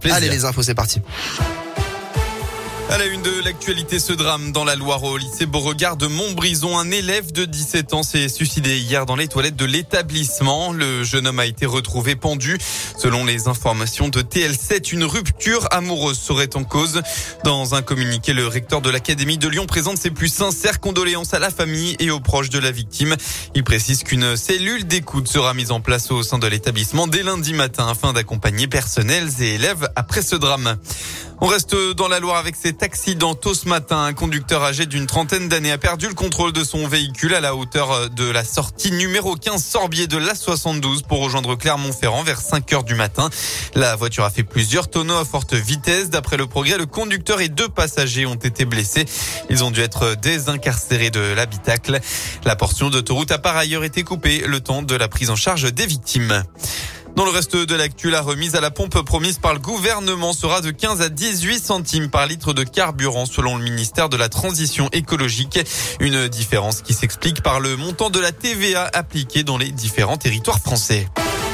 plaisir. Allez, les infos, c'est parti. À la une de l'actualité, ce drame dans la Loire au lycée Beauregard de Montbrison. Un élève de 17 ans s'est suicidé hier dans les toilettes de l'établissement. Le jeune homme a été retrouvé pendu. Selon les informations de TL7, une rupture amoureuse serait en cause. Dans un communiqué, le recteur de l'Académie de Lyon présente ses plus sincères condoléances à la famille et aux proches de la victime. Il précise qu'une cellule d'écoute sera mise en place au sein de l'établissement dès lundi matin afin d'accompagner personnels et élèves après ce drame. On reste dans la Loire avec cet accident tôt ce matin. Un conducteur âgé d'une trentaine d'années a perdu le contrôle de son véhicule à la hauteur de la sortie numéro 15 Sorbier de l'A72 pour rejoindre Clermont-Ferrand vers 5 heures du matin. La voiture a fait plusieurs tonneaux à forte vitesse. D'après le Progrès, le conducteur et 2 passagers ont été blessés. Ils ont dû être désincarcérés de l'habitacle. La portion d'autoroute a par ailleurs été coupée le temps de la prise en charge des victimes. Dans le reste de l'actu, la remise à la pompe promise par le gouvernement sera de 15 à 18 centimes par litre de carburant selon le ministère de la Transition écologique. Une différence qui s'explique par le montant de la TVA appliquée dans les différents territoires français.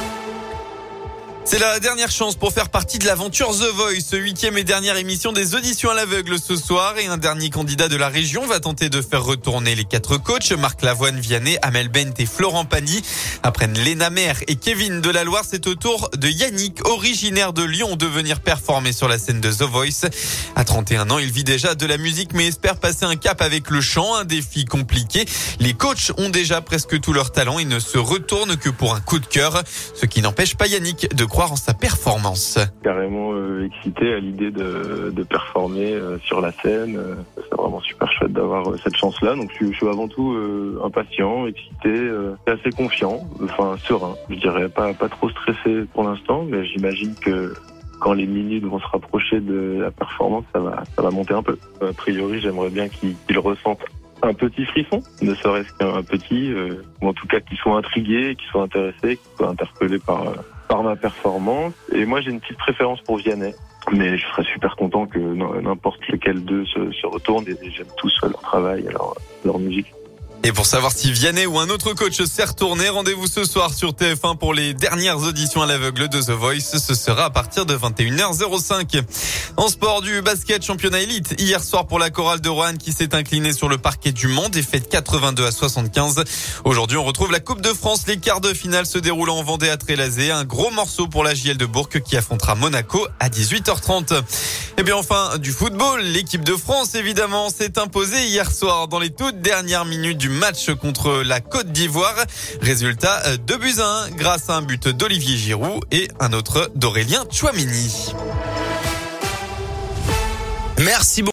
C'est la dernière chance pour faire partie de l'aventure The Voice, 8e et dernière émission des auditions à l'aveugle ce soir. Et un dernier candidat de la région va tenter de faire retourner les 4 coachs, Marc Lavoine, Vianney, Amel Bent et Florent Pagny. Après Léna Mer et Kevin de la Loire, c'est au tour de Yannick, originaire de Lyon, de venir performer sur la scène de The Voice. À 31 ans, il vit déjà de la musique mais espère passer un cap avec le chant, un défi compliqué. Les coachs ont déjà presque tout leur talent et ne se retournent que pour un coup de cœur, ce qui n'empêche pas Yannick de croire en sa performance. Carrément excité à l'idée de performer sur la scène. C'est vraiment super chouette d'avoir cette chance-là. Donc je suis avant tout impatient, excité, assez confiant, enfin serein. Je dirais pas trop stressé pour l'instant, mais j'imagine que quand les minutes vont se rapprocher de la performance, ça va monter un peu. A priori, j'aimerais bien qu'ils ressentent un petit frisson, ne serait-ce qu'un petit, ou en tout cas qu'ils soient intrigués, qu'ils soient intéressés, qu'ils soient interpellés par ma performance. Et moi, j'ai une petite préférence pour Vianney. Mais je serais super content que n'importe lequel d'eux se retourne, et j'aime tous leur travail et leur musique. Et pour savoir si Vianney ou un autre coach s'est retourné, rendez-vous ce soir sur TF1 pour les dernières auditions à l'aveugle de The Voice. Ce sera à partir de 21h05. En sport, du basket championnat élite. Hier soir pour la chorale de Roanne qui s'est inclinée sur le parquet du Mans, défaite 82-75. Aujourd'hui, on retrouve la Coupe de France. Les quarts de finale se déroulent en Vendée à Trélazé. Un gros morceau pour la JL de Bourg qui affrontera Monaco à 18h30. Et bien enfin, du football. L'équipe de France, évidemment, s'est imposée hier soir dans les toutes dernières minutes du match contre la Côte d'Ivoire. Résultat, 2-1 grâce à un but d'Olivier Giroud et un autre d'Aurélien Tchouaméni. Merci beaucoup.